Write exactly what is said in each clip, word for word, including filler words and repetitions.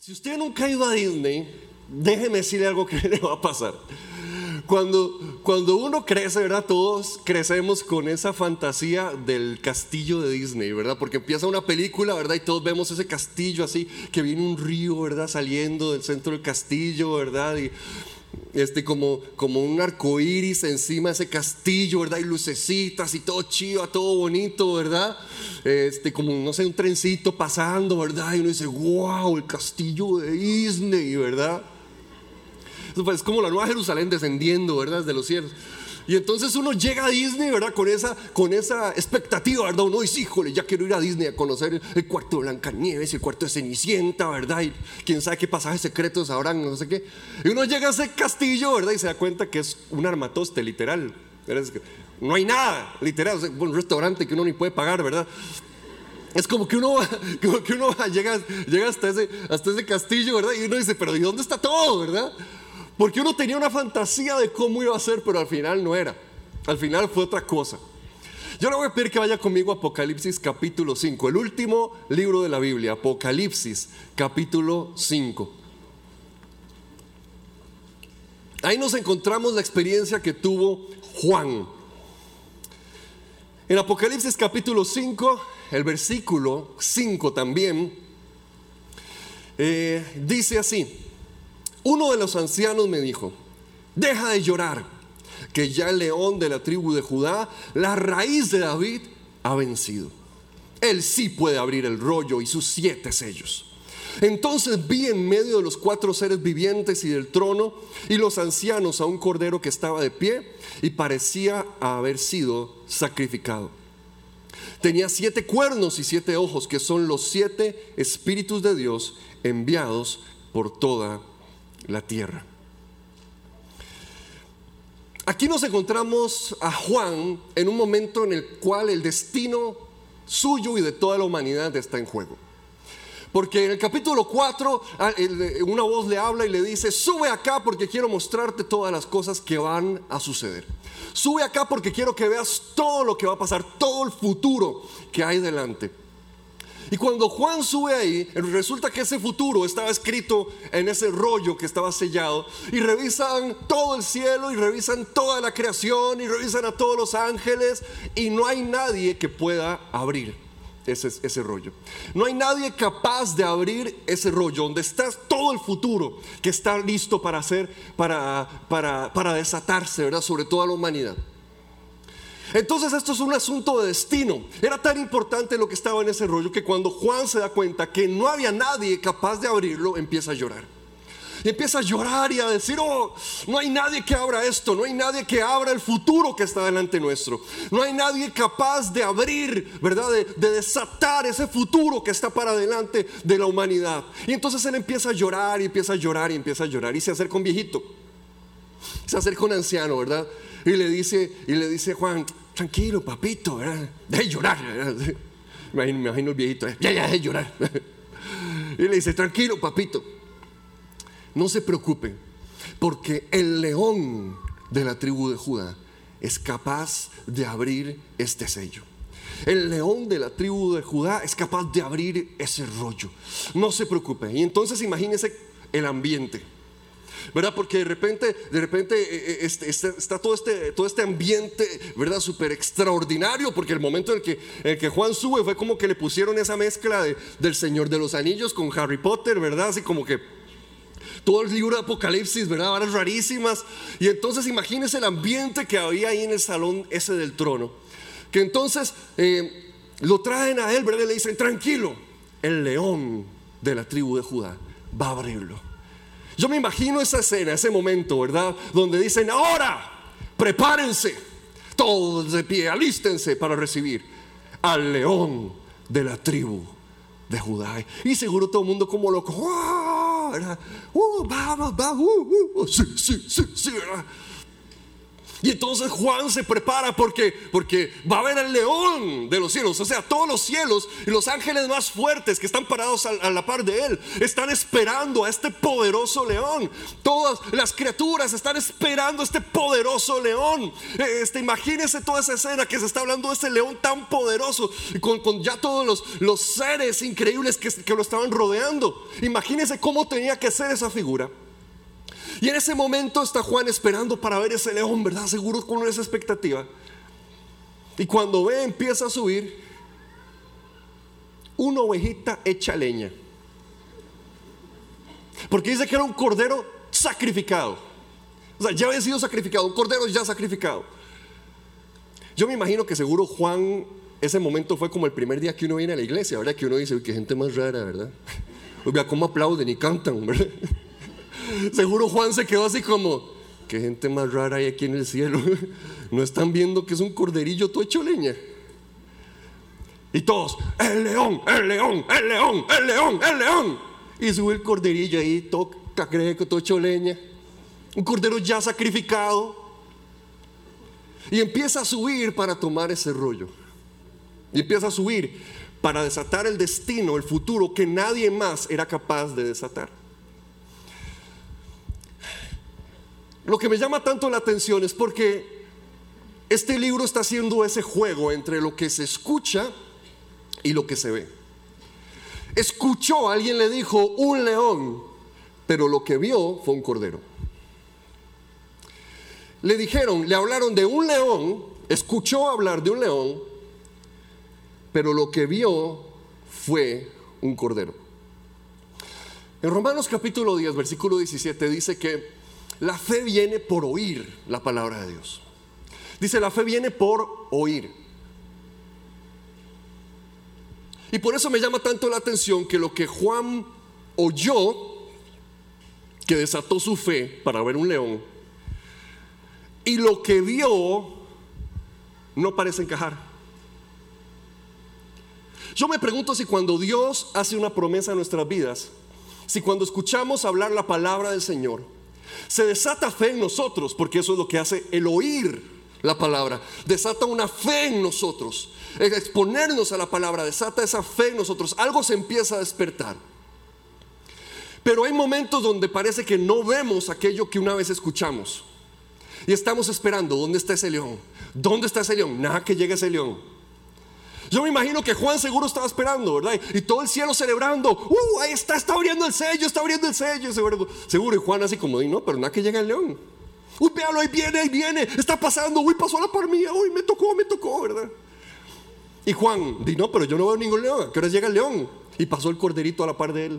Si usted nunca ha ido a Disney, déjeme decirle algo que le va a pasar. Cuando, cuando uno crece, ¿verdad? Todos crecemos con esa fantasía del castillo de Disney, ¿verdad? Porque empieza una película, ¿verdad? Y todos vemos ese castillo así, que viene un río, ¿verdad? Saliendo del centro del castillo, ¿verdad? Y este, como, como un arco iris encima de ese castillo, ¿verdad? Y lucecitas y todo chido, todo bonito, ¿verdad? Este, como, no sé, un trencito pasando, ¿verdad? Y uno dice, wow, el castillo de Disney, ¿verdad? Es como la Nueva Jerusalén descendiendo, ¿verdad? Desde los cielos. Y entonces uno llega a Disney, ¿verdad? Con esa, con esa expectativa, ¿verdad? Uno dice, híjole, ya quiero ir a Disney a conocer el cuarto de Blancanieves, el cuarto de Cenicienta, ¿verdad? Y quién sabe qué pasajes secretos habrán, no sé qué. Y uno llega a ese castillo, ¿verdad? Y se da cuenta que es un armatoste, literal, ¿verdad? No hay nada, literal. O sea, un restaurante que uno ni puede pagar, ¿verdad? Es como que uno, como que uno llega, llega hasta, ese, hasta ese castillo, ¿verdad? Y uno dice, pero ¿y dónde está todo, verdad? Porque uno tenía una fantasía de cómo iba a ser, pero al final no era. Al final fue otra cosa. Yo le voy a pedir que vaya conmigo a Apocalipsis capítulo cinco, el último libro de la Biblia, Apocalipsis capítulo cinco. Ahí nos encontramos la experiencia que tuvo Juan. En Apocalipsis capítulo cinco, el versículo cinco también, eh, dice así: uno de los ancianos me dijo, deja de llorar, que ya el león de la tribu de Judá, la raíz de David, ha vencido. Él sí puede abrir el rollo y sus siete sellos. Entonces vi en medio de los cuatro seres vivientes y del trono y los ancianos a un cordero que estaba de pie y parecía haber sido sacrificado. Tenía siete cuernos y siete ojos, que son los siete espíritus de Dios enviados por toda la tierra. Aquí nos encontramos a Juan en un momento en el cual el destino suyo y de toda la humanidad está en juego. Porque en el capítulo cuatro una voz le habla y le dice, sube acá porque quiero mostrarte todas las cosas que van a suceder. Sube acá porque quiero que veas todo lo que va a pasar, todo el futuro que hay delante. Y cuando Juan sube ahí, resulta que ese futuro estaba escrito en ese rollo que estaba sellado. Y revisan todo el cielo y revisan toda la creación y revisan a todos los ángeles, y no hay nadie que pueda abrir ese, ese rollo. No hay nadie capaz de abrir ese rollo donde está todo el futuro que está listo para hacer, para, para, para desatarse, ¿verdad? Sobre toda la humanidad. Entonces esto es un asunto de destino. Era tan importante lo que estaba en ese rollo que cuando Juan se da cuenta que no había nadie capaz de abrirlo, empieza a llorar. Y empieza a llorar y a decir, oh, no hay nadie que abra esto, no hay nadie que abra el futuro que está delante nuestro. No hay nadie capaz de abrir, ¿verdad? De, de desatar ese futuro que está para delante de la humanidad. Y entonces él empieza a llorar y empieza a llorar y empieza a llorar y se acerca un viejito. Se acerca un anciano, ¿verdad? Y le dice, y le dice Juan, tranquilo papito, ¿verdad? Deje de llorar, ¿verdad? Me imagino, me imagino el viejito, ya, ya, deje de llorar. Y le dice, tranquilo papito, no se preocupen, porque el león de la tribu de Judá es capaz de abrir este sello. El león de la tribu de Judá es capaz de abrir ese rollo. No se preocupen. Y entonces imagínense el ambiente, ¿verdad? Porque de repente, de repente este, este, está todo este, todo este ambiente, ¿verdad? Súper extraordinario, porque el momento en el, que, en el que Juan sube fue como que le pusieron esa mezcla de, del Señor de los Anillos con Harry Potter, ¿verdad? Así como que todo el libro de Apocalipsis, ¿verdad? Varas rarísimas. Y entonces imagínense el ambiente que había ahí en el salón ese del trono. Que entonces eh, lo traen a él, ¿verdad? Y le dicen, tranquilo, el león de la tribu de Judá va a abrirlo. Yo me imagino esa escena, ese momento, ¿verdad? Donde dicen, ahora, prepárense, todos de pie, alístense para recibir al león de la tribu de Judá. Y seguro todo el mundo como loco, ¡oh! Uh, vamos, vamos, uh, uh, sí, sí, sí, sí, ¿verdad? Y entonces Juan se prepara porque, porque va a ver al león de los cielos. O sea, todos los cielos y los ángeles más fuertes que están parados a, a la par de él están esperando a este poderoso león. Todas las criaturas están esperando a este poderoso león. Este, imagínense toda esa escena que se está hablando de ese león tan poderoso, con, con ya todos los, los seres increíbles que, que lo estaban rodeando. Imagínense cómo tenía que ser esa figura. Y en ese momento está Juan esperando para ver ese león, ¿verdad? Seguro con esa expectativa. Y cuando ve, empieza a subir una ovejita hecha leña. Porque dice que era un cordero sacrificado. O sea, ya había sido sacrificado, un cordero ya sacrificado. Yo me imagino que seguro Juan, ese momento fue como el primer día que uno viene a la iglesia, ¿verdad? Que uno dice, uy, qué gente más rara, ¿verdad? Uy, vea cómo aplauden y cantan, ¿verdad? Seguro Juan se quedó así como, qué gente más rara hay aquí en el cielo. ¿No están viendo que es un corderillo todo hecho leña? Y todos, el león, el león, el león, el león, el león. Y sube el corderillo ahí, todo cacreco, todo hecho leña. Un cordero ya sacrificado. Y empieza a subir para tomar ese rollo. Y empieza a subir para desatar el destino, el futuro que nadie más era capaz de desatar. Lo que me llama tanto la atención es porque este libro está haciendo ese juego entre lo que se escucha y lo que se ve. Escuchó, alguien le dijo un león, pero lo que vio fue un cordero. Le dijeron, le hablaron de un león, escuchó hablar de un león, pero lo que vio fue un cordero. En Romanos capítulo diez, versículo diecisiete dice que la fe viene por oír la palabra de Dios. Dice, la fe viene por oír. Y por eso me llama tanto la atención que lo que Juan oyó, que desató su fe para ver un león, y lo que vio no parece encajar. Yo me pregunto si cuando Dios hace una promesa en nuestras vidas, si cuando escuchamos hablar la palabra del Señor, se desata fe en nosotros, porque eso es lo que hace el oír la palabra. Desata una fe en nosotros. El exponernos a la palabra desata esa fe en nosotros. Algo se empieza a despertar. Pero hay momentos donde parece que no vemos aquello que una vez escuchamos. Y estamos esperando, ¿dónde está ese león? ¿Dónde está ese león? Nada que llegue ese león. Yo me imagino que Juan seguro estaba esperando, ¿verdad? Y todo el cielo celebrando. ¡Uh! Ahí está, está abriendo el sello, está abriendo el sello. Seguro, seguro. Y Juan así como, no, pero nada que llega el león. Uy, véalo, ahí viene, ahí viene. Está pasando, uy, pasó la par mía. Uy, me tocó, me tocó, ¿verdad? Y Juan, di, no, pero yo no veo ningún león. ¿A qué hora llega el león? Y pasó el corderito a la par de él.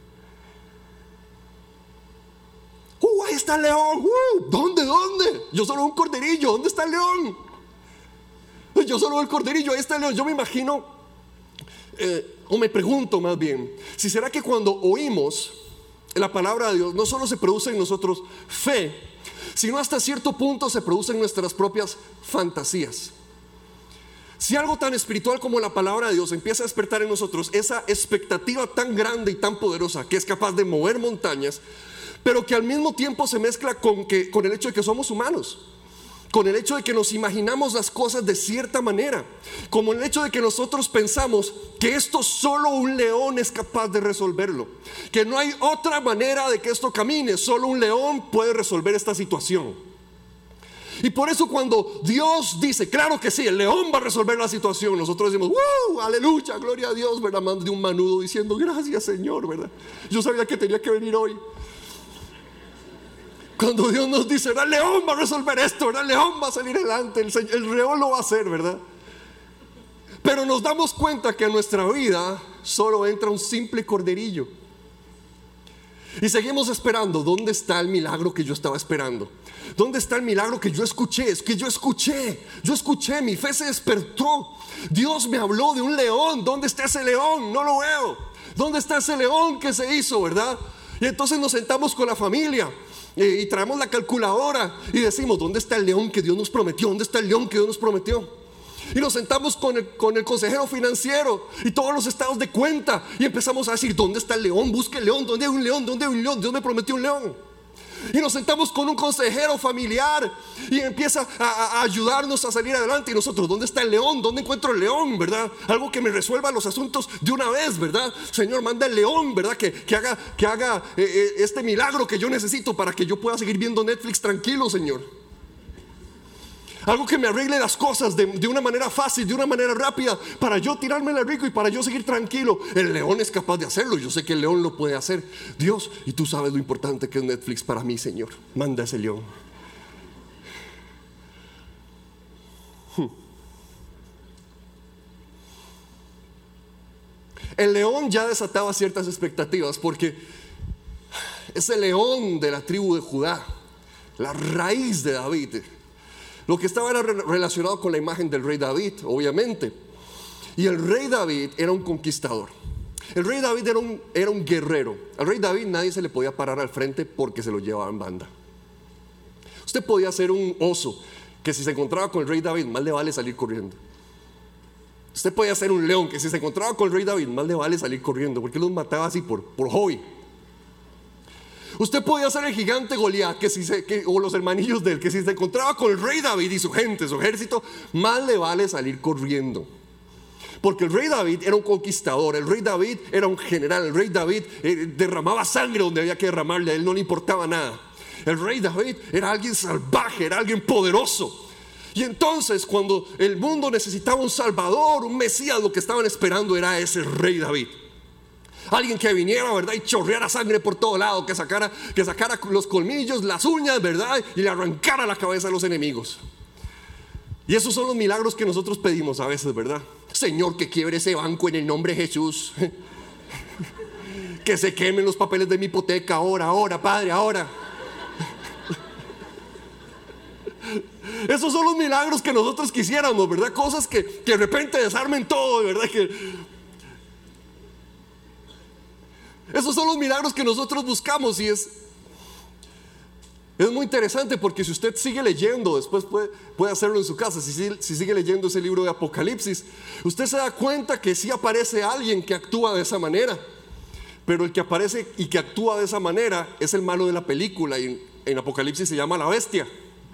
¡Uh! Ahí está el león. ¡Uh! ¿Dónde, dónde? Yo solo veo un corderillo. ¿Dónde está el león? Yo solo veo el corderillo, ahí está el león. Yo me imagino, eh, o me pregunto más bien, si será que cuando oímos la palabra de Dios, no solo se produce en nosotros fe, sino hasta cierto punto se producen nuestras propias fantasías. Si algo tan espiritual como la palabra de Dios empieza a despertar en nosotros esa expectativa tan grande y tan poderosa que es capaz de mover montañas, pero que al mismo tiempo se mezcla con, que, con el hecho de que somos humanos, con el hecho de que nos imaginamos las cosas de cierta manera, como el hecho de que nosotros pensamos que esto solo un león es capaz de resolverlo, que no hay otra manera de que esto camine, solo un león puede resolver esta situación. Y por eso cuando Dios dice, claro que sí, el león va a resolver la situación, nosotros decimos, ¡wow! Aleluya, gloria a Dios, ¿verdad? Más de un manudo diciendo, gracias Señor, ¿verdad? Yo sabía que tenía que venir hoy. Cuando Dios nos dice, el león va a resolver esto, el león va a salir adelante, el, el león lo va a hacer, ¿verdad? Pero nos damos cuenta que en nuestra vida solo entra un simple corderillo. Y seguimos esperando. ¿Dónde está el milagro que yo estaba esperando? ¿Dónde está el milagro que yo escuché? Es que yo escuché, yo escuché, mi fe se despertó. Dios me habló de un león. ¿Dónde está ese león? No lo veo. ¿Dónde está ese león que se hizo, verdad? Y entonces nos sentamos con la familia y traemos la calculadora y decimos, ¿dónde está el león que Dios nos prometió? ¿Dónde está el león que Dios nos prometió? Y nos sentamos con el, con el consejero financiero y todos los estados de cuenta y empezamos a decir, ¿dónde está el león? Busque el león, ¿dónde hay un león? ¿Dónde hay un león? Dios me prometió un león. Y nos sentamos con un consejero familiar y empieza a, a ayudarnos a salir adelante. Y nosotros, ¿dónde está el león? ¿Dónde encuentro el león? ¿Verdad? Algo que me resuelva los asuntos de una vez, ¿verdad? Señor, manda el león, ¿verdad? Que, que haga, que haga eh, eh, este milagro que yo necesito para que yo pueda seguir viendo Netflix tranquilo, Señor. Algo que me arregle las cosas de, de una manera fácil, de una manera rápida, para yo tirarme el rico y para yo seguir tranquilo. El león es capaz de hacerlo. Yo sé que el león lo puede hacer. Dios, y tú sabes lo importante que es Netflix para mí, Señor. Manda ese león. Hmm. El león ya desataba ciertas expectativas, porque ese león de la tribu de Judá, la raíz de David, lo que estaba era relacionado con la imagen del rey David, obviamente. Y el rey David era un conquistador. El rey David era un, era un guerrero. Al rey David nadie se le podía parar al frente porque se lo llevaba en banda. Usted podía ser un oso que si se encontraba con el rey David, más le vale salir corriendo. Usted podía ser un león que si se encontraba con el rey David, más le vale salir corriendo, porque los mataba así por, por hobby. Usted podía ser el gigante Goliat, que si se, que, o los hermanillos de él, que si se encontraba con el rey David y su gente, su ejército, más le vale salir corriendo. Porque el rey David era un conquistador, el rey David era un general, el rey David eh, derramaba sangre donde había que derramarle, a él no le importaba nada. El rey David era alguien salvaje, era alguien poderoso. Y entonces cuando el mundo necesitaba un salvador, un mesías, lo que estaban esperando era ese rey David. Alguien que viniera, ¿verdad? Y chorreara sangre por todo lado, que sacara, que sacara los colmillos, las uñas, ¿verdad? Y le arrancara la cabeza a los enemigos. Y esos son los milagros que nosotros pedimos a veces, ¿verdad? Señor, que quiebre ese banco en el nombre de Jesús. Que se quemen los papeles de mi hipoteca ahora, ahora, Padre, ahora. Esos son los milagros que nosotros quisiéramos, ¿verdad? Cosas que, que de repente desarmen todo, ¿verdad? Que esos son los milagros que nosotros buscamos. Y es Es muy interesante porque si usted sigue leyendo, después puede, puede hacerlo en su casa, si, si sigue leyendo ese libro de Apocalipsis, usted se da cuenta que sí aparece alguien que actúa de esa manera. Pero el que aparece y que actúa de esa manera es el malo de la película, y en, en Apocalipsis se llama la bestia.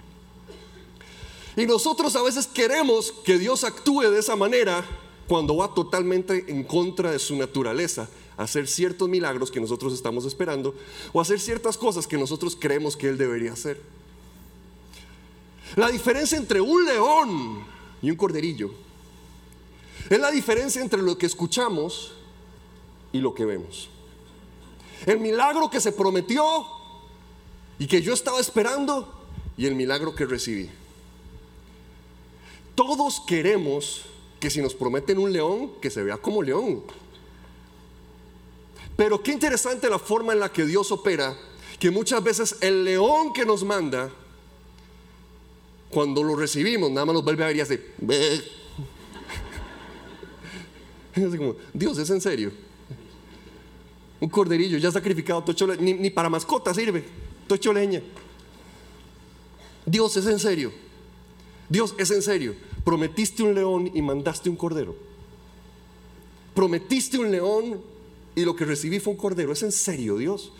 Y nosotros a veces queremos que Dios actúe de esa manera cuando va totalmente en contra de su naturaleza, hacer ciertos milagros que nosotros estamos esperando, o hacer ciertas cosas que nosotros creemos que Él debería hacer. La diferencia entre un león y un corderillo es la diferencia entre lo que escuchamos y lo que vemos. El milagro que se prometió y que yo estaba esperando, y el milagro que recibí. Todos queremos que si nos prometen un león, que se vea como león. Pero qué interesante la forma en la que Dios opera, que muchas veces el león que nos manda, cuando lo recibimos, nada más nos vuelve a ver y hace ¡bé! Es como, Dios, ¿es en serio? Un corderillo ya sacrificado, tocho, ni, ni para mascota sirve, tocho leña. Dios, ¿es en serio? Dios, ¿es en serio? Prometiste un león y mandaste un cordero. Prometiste un león y lo que recibí fue un cordero. ¿Es en serio, Dios?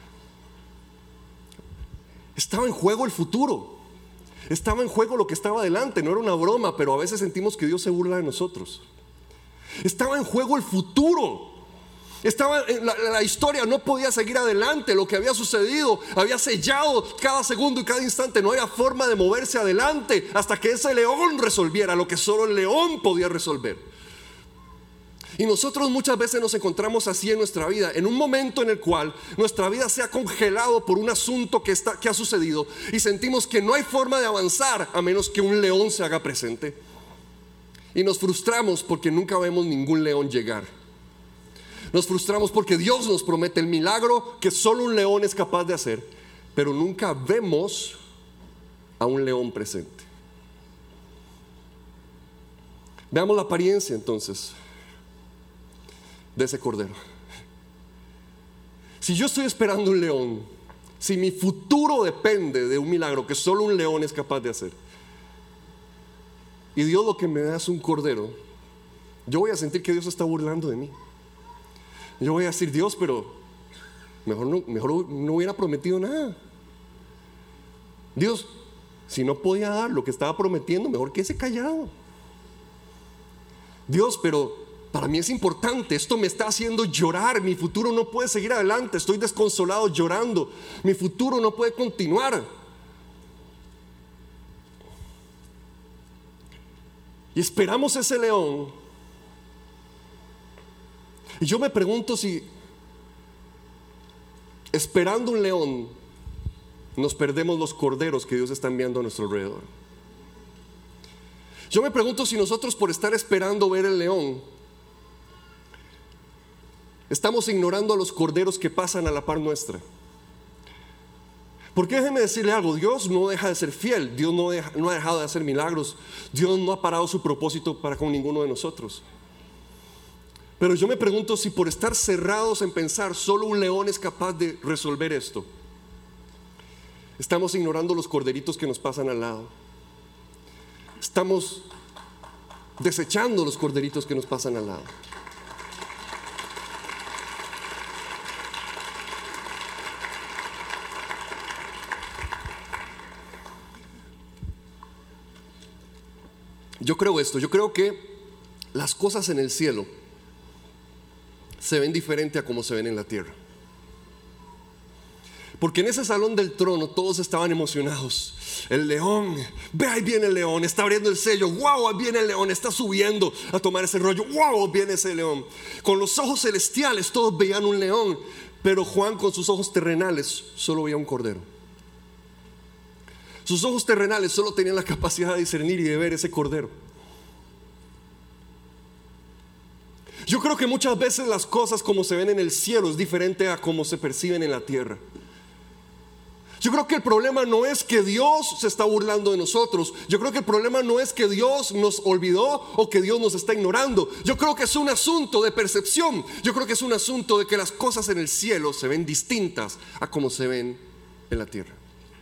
Estaba en juego el futuro. Estaba en juego lo que estaba adelante. No era una broma, pero a veces sentimos que Dios se burla de nosotros. Estaba en juego el futuro. Estaba en la, la historia no podía seguir adelante. Lo que había sucedido había sellado cada segundo y cada instante. No había forma de moverse adelante hasta que ese león resolviera lo que solo el león podía resolver. Y nosotros muchas veces nos encontramos así en nuestra vida, en un momento en el cual nuestra vida se ha congelado por un asunto que, está, que ha sucedido, y sentimos que no hay forma de avanzar a menos que un león se haga presente. Y nos frustramos porque nunca vemos ningún león llegar. Nos frustramos porque Dios nos promete el milagro que solo un león es capaz de hacer, pero nunca vemos a un león presente. Veamos la apariencia entonces de ese cordero. Si yo estoy esperando un león, si mi futuro depende de un milagro que solo un león es capaz de hacer, y Dios lo que me da es un cordero, yo voy a sentir que Dios está burlando de mí. Yo voy a decir, Dios, pero mejor no, mejor no hubiera prometido nada. Dios, si no podía dar lo que estaba prometiendo, mejor que ese callado. Dios, pero para mí es importante, esto me está haciendo llorar, mi futuro no puede seguir adelante, estoy desconsolado llorando, mi futuro no puede continuar. Y esperamos ese león. Y yo me pregunto si esperando un león nos perdemos los corderos que Dios está enviando a nuestro alrededor. Yo me pregunto si nosotros, por estar esperando ver el león, estamos ignorando a los corderos que pasan a la par nuestra. Porque déjeme decirle algo, Dios no deja de ser fiel, Dios no, deja, no ha dejado de hacer milagros, Dios no ha parado su propósito para con ninguno de nosotros. Pero yo me pregunto si por estar cerrados en pensar solo un león es capaz de resolver esto, estamos ignorando los corderitos que nos pasan al lado. Estamos desechando los corderitos que nos pasan al lado. Yo creo esto, yo creo que las cosas en el cielo se ven diferente a como se ven en la tierra. Porque en ese salón del trono todos estaban emocionados. El león, ve, ahí viene el león, está abriendo el sello. Wow, ahí viene el león, está subiendo a tomar ese rollo. Wow, viene ese león. Con los ojos celestiales todos veían un león, pero Juan con sus ojos terrenales solo veía un cordero. Sus ojos terrenales solo tenían la capacidad de discernir y de ver ese cordero. Yo creo que muchas veces las cosas como se ven en el cielo es diferente a como se perciben en la tierra. Yo creo que el problema no es que Dios se está burlando de nosotros. Yo creo que el problema no es que Dios nos olvidó o que Dios nos está ignorando. Yo creo que es un asunto de percepción. Yo creo que es un asunto de que las cosas en el cielo se ven distintas a como se ven en la tierra.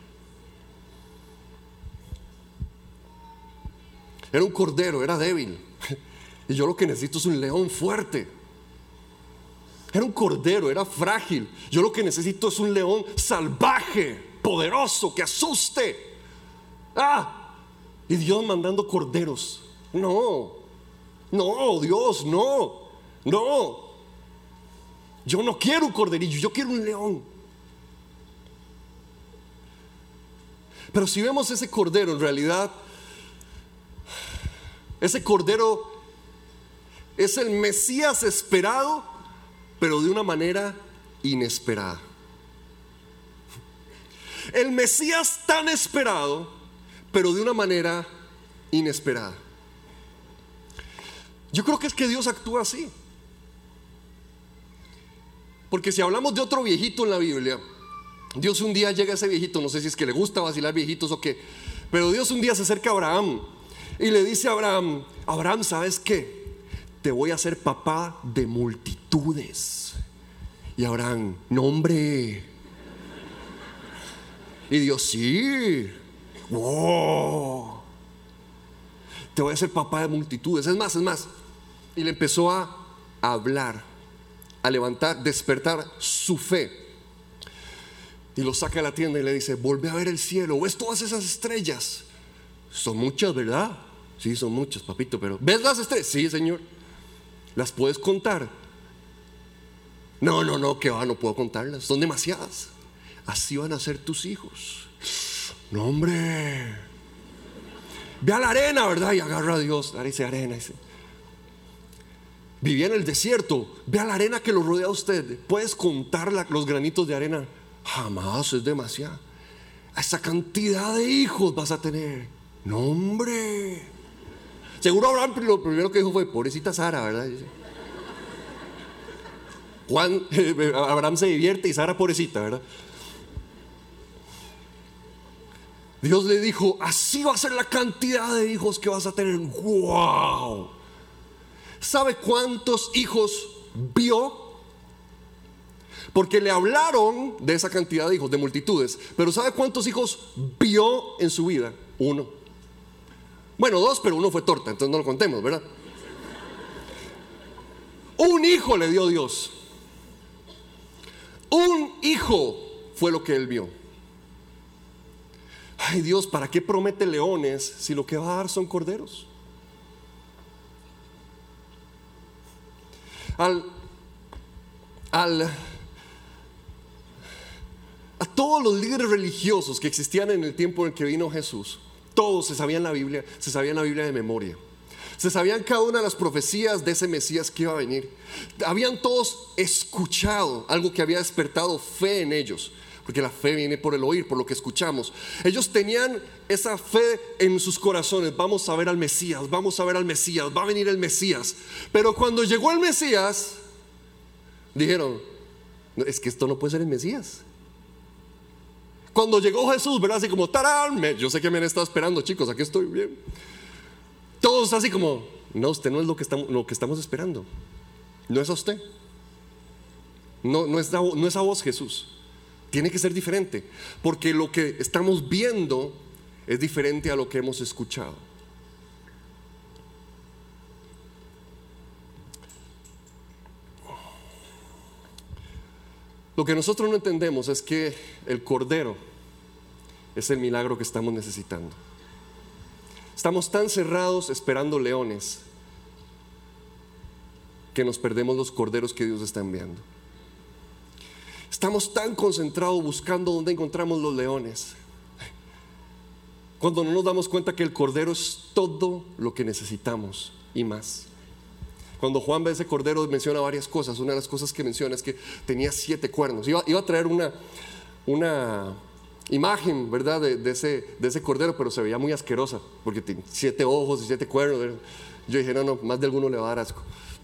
Era un cordero, era débil. Y yo lo que necesito es un león fuerte. Era un cordero, era frágil. Yo lo que necesito es un león salvaje, poderoso, que asuste. Ah, y Dios mandando corderos. No, no, Dios, no, no. Yo no quiero un corderillo, yo quiero un león. Pero si vemos ese cordero, en realidad ese cordero es el Mesías esperado, pero de una manera inesperada. El Mesías tan esperado, pero de una manera inesperada. Yo creo que es que Dios actúa así. Porque si hablamos de otro viejito en la Biblia, Dios un día llega a ese viejito, no sé si es que le gusta vacilar viejitos o qué, pero Dios un día se acerca a Abraham y le dice a Abraham: Abraham, ¿sabes qué? Te voy a hacer papá de multitudes. Y Abraham: no, hombre. Y Dios: sí. Wow. Te voy a hacer papá de multitudes. Es más, es más. Y le empezó a hablar, a levantar, despertar su fe. Y lo saca de la tienda y le dice: vuelve a ver el cielo. ¿Ves todas esas estrellas? Son muchas, ¿verdad? Sí, son muchas, papito, pero ¿ves las estrellas? Sí, Señor. ¿Las puedes contar? No, no, no, que va, no puedo contarlas, son demasiadas. Así van a ser tus hijos. No, hombre. Ve a la arena, ¿verdad? Y agarra a Dios, dice arena, dice. Vivía en el desierto, ve a la arena que lo rodea a usted. ¿Puedes contar la, los granitos de arena? Jamás, es demasiado. Esa cantidad de hijos vas a tener. No, hombre. Seguro Abraham lo primero que dijo fue: pobrecita Sara, ¿verdad? Juan, eh, Abraham se divierte y Sara pobrecita, ¿verdad? Dios le dijo: así va a ser la cantidad de hijos que vas a tener. ¡Wow! ¿Sabe cuántos hijos vio? Porque le hablaron de esa cantidad de hijos, de multitudes. Pero ¿sabe cuántos hijos vio en su vida? Uno. Bueno, dos, pero uno fue torta, entonces no lo contemos, ¿verdad? Un hijo le dio Dios. Un hijo fue lo que él vio. Ay Dios, ¿para qué promete leones si lo que va a dar son corderos? Al, al, a todos los líderes religiosos que existían en el tiempo en el que vino Jesús, todos se sabían la Biblia, se sabían la Biblia de memoria. Se sabían cada una de las profecías de ese Mesías que iba a venir. Habían todos escuchado algo que había despertado fe en ellos, porque la fe viene por el oír, por lo que escuchamos. Ellos tenían esa fe en sus corazones. Vamos a ver al Mesías, vamos a ver al Mesías, va a venir el Mesías. Pero cuando llegó el Mesías, dijeron, no, es que esto no puede ser el Mesías. Cuando llegó Jesús, ¿verdad? Así como, ¡tarán! Yo sé que me han estado esperando, chicos, aquí estoy bien. Todos así como, no, usted no es lo que estamos, lo que estamos esperando. No es a usted. No, no es a, no es a vos, Jesús. Tiene que ser diferente, porque lo que estamos viendo es diferente a lo que hemos escuchado. Lo que nosotros no entendemos es que el Cordero es el milagro que estamos necesitando. Estamos tan cerrados esperando leones que nos perdemos los corderos que Dios está enviando. Estamos tan concentrados buscando dónde encontramos los leones, cuando no nos damos cuenta que el cordero es todo lo que necesitamos y más. Cuando Juan ve ese cordero menciona varias cosas. Una de las cosas que menciona es que tenía siete cuernos. Iba, iba a traer una, una imagen, ¿verdad? De, de, ese, de ese cordero, pero se veía muy asquerosa porque tiene siete ojos y siete cuernos. Yo dije, no, no, más de alguno le va a dar asco.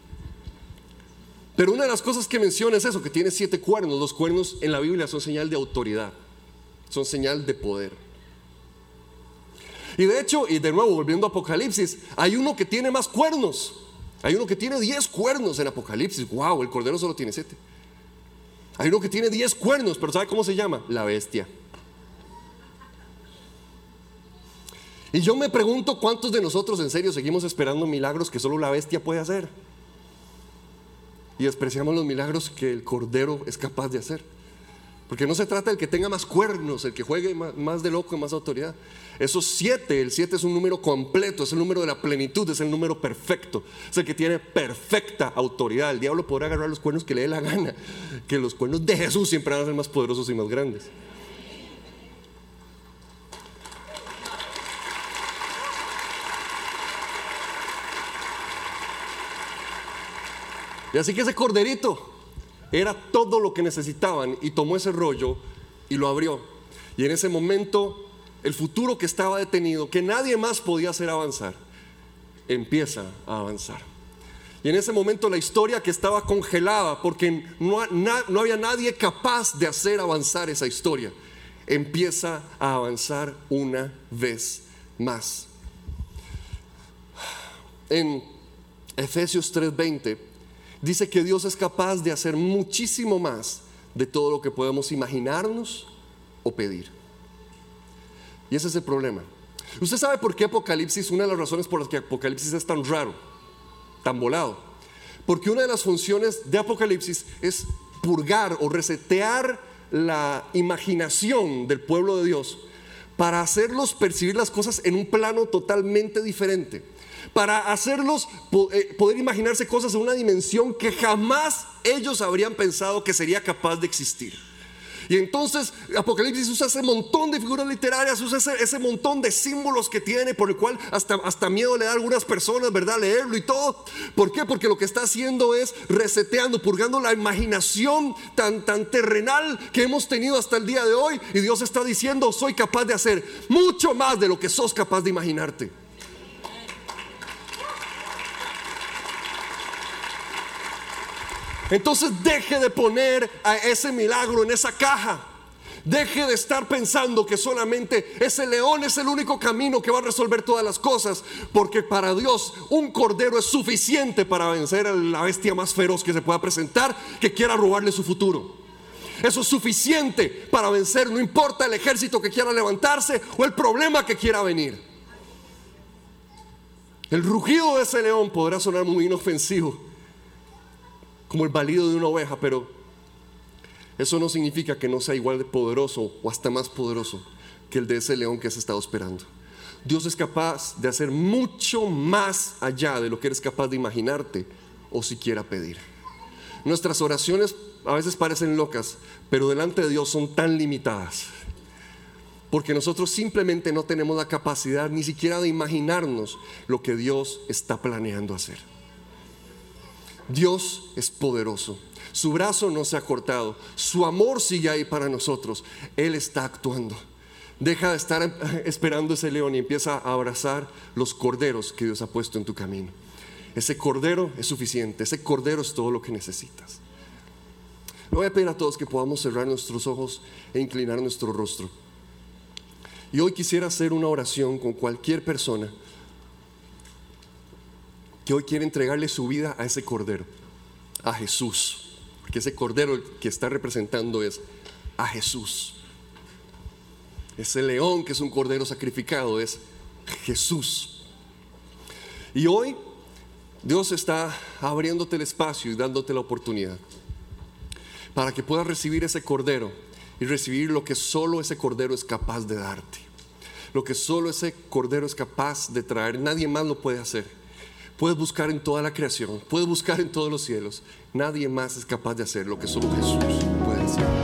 Pero una de las cosas que menciona es eso, que tiene siete cuernos. Los cuernos en la Biblia son señal de autoridad, son señal de poder. Y de hecho, y de nuevo volviendo a Apocalipsis, hay uno que tiene más cuernos. Hay uno que tiene diez cuernos en Apocalipsis. Wow, el cordero solo tiene siete. Hay uno que tiene diez cuernos, pero ¿sabe cómo se llama? La bestia. Y yo me pregunto cuántos de nosotros en serio seguimos esperando milagros que solo la bestia puede hacer, y despreciamos los milagros que el cordero es capaz de hacer. Porque no se trata del que tenga más cuernos, el que juegue más, más de loco y más autoridad. Esos siete, el siete es un número completo, es el número de la plenitud, es el número perfecto, es el que tiene perfecta autoridad. El diablo podrá agarrar los cuernos que le dé la gana, que los cuernos de Jesús siempre van a ser más poderosos y más grandes. Y así que ese corderito era todo lo que necesitaban, y tomó ese rollo y lo abrió. Y en ese momento el futuro que estaba detenido, que nadie más podía hacer avanzar, empieza a avanzar. Y en ese momento la historia que estaba congelada, porque no, na, no había nadie capaz de hacer avanzar esa historia, empieza a avanzar una vez más. En Efesios tres veinte dice que Dios es capaz de hacer muchísimo más de todo lo que podemos imaginarnos o pedir. Y ese es el problema. ¿Usted sabe por qué Apocalipsis, una de las razones por las que Apocalipsis es tan raro, tan volado? Porque una de las funciones de Apocalipsis es purgar o resetear la imaginación del pueblo de Dios para hacerlos percibir las cosas en un plano totalmente diferente, para hacerlos poder imaginarse cosas en una dimensión que jamás ellos habrían pensado que sería capaz de existir. Y entonces Apocalipsis usa ese montón de figuras literarias, usa ese, ese montón de símbolos que tiene, por el cual hasta, hasta miedo le da a algunas personas, ¿verdad?, leerlo y todo. ¿Por qué? Porque lo que está haciendo es reseteando, purgando la imaginación tan, tan terrenal que hemos tenido hasta el día de hoy. Y Dios está diciendo: soy capaz de hacer mucho más de lo que sos capaz de imaginarte. Entonces deje de poner a ese milagro en esa caja. Deje de estar pensando que solamente ese león es el único camino que va a resolver todas las cosas, porque para Dios un cordero es suficiente para vencer a la bestia más feroz que se pueda presentar, que quiera robarle su futuro. Eso es suficiente para vencer, no importa el ejército que quiera levantarse o el problema que quiera venir. El rugido de ese león podrá sonar muy inofensivo, como el balido de una oveja, pero eso no significa que no sea igual de poderoso o hasta más poderoso, que el de ese león que has estado esperando. Dios es capaz de hacer mucho más allá de lo que eres capaz de imaginarte o siquiera pedir. Nuestras oraciones a veces parecen locas, pero delante de Dios son tan limitadas, porque nosotros simplemente no tenemos la capacidad ni siquiera de imaginarnos lo que Dios está planeando hacer. Dios es poderoso, su brazo no se ha cortado, su amor sigue ahí para nosotros. Él está actuando. Deja de estar esperando ese león y empieza a abrazar los corderos que Dios ha puesto en tu camino. Ese cordero es suficiente, ese cordero es todo lo que necesitas. Le voy a pedir a todos que podamos cerrar nuestros ojos e inclinar nuestro rostro. Y hoy quisiera hacer una oración con cualquier persona que hoy quiere entregarle su vida a ese cordero, a Jesús, porque ese cordero que está representando es a Jesús. Ese león que es un cordero sacrificado es Jesús. Y hoy Dios está abriéndote el espacio y dándote la oportunidad para que puedas recibir ese cordero y recibir lo que solo ese cordero es capaz de darte, lo que solo ese cordero es capaz de traer. Nadie más lo puede hacer. Puedes buscar en toda la creación, puedes buscar en todos los cielos. Nadie más es capaz de hacer lo que solo Jesús puede hacer.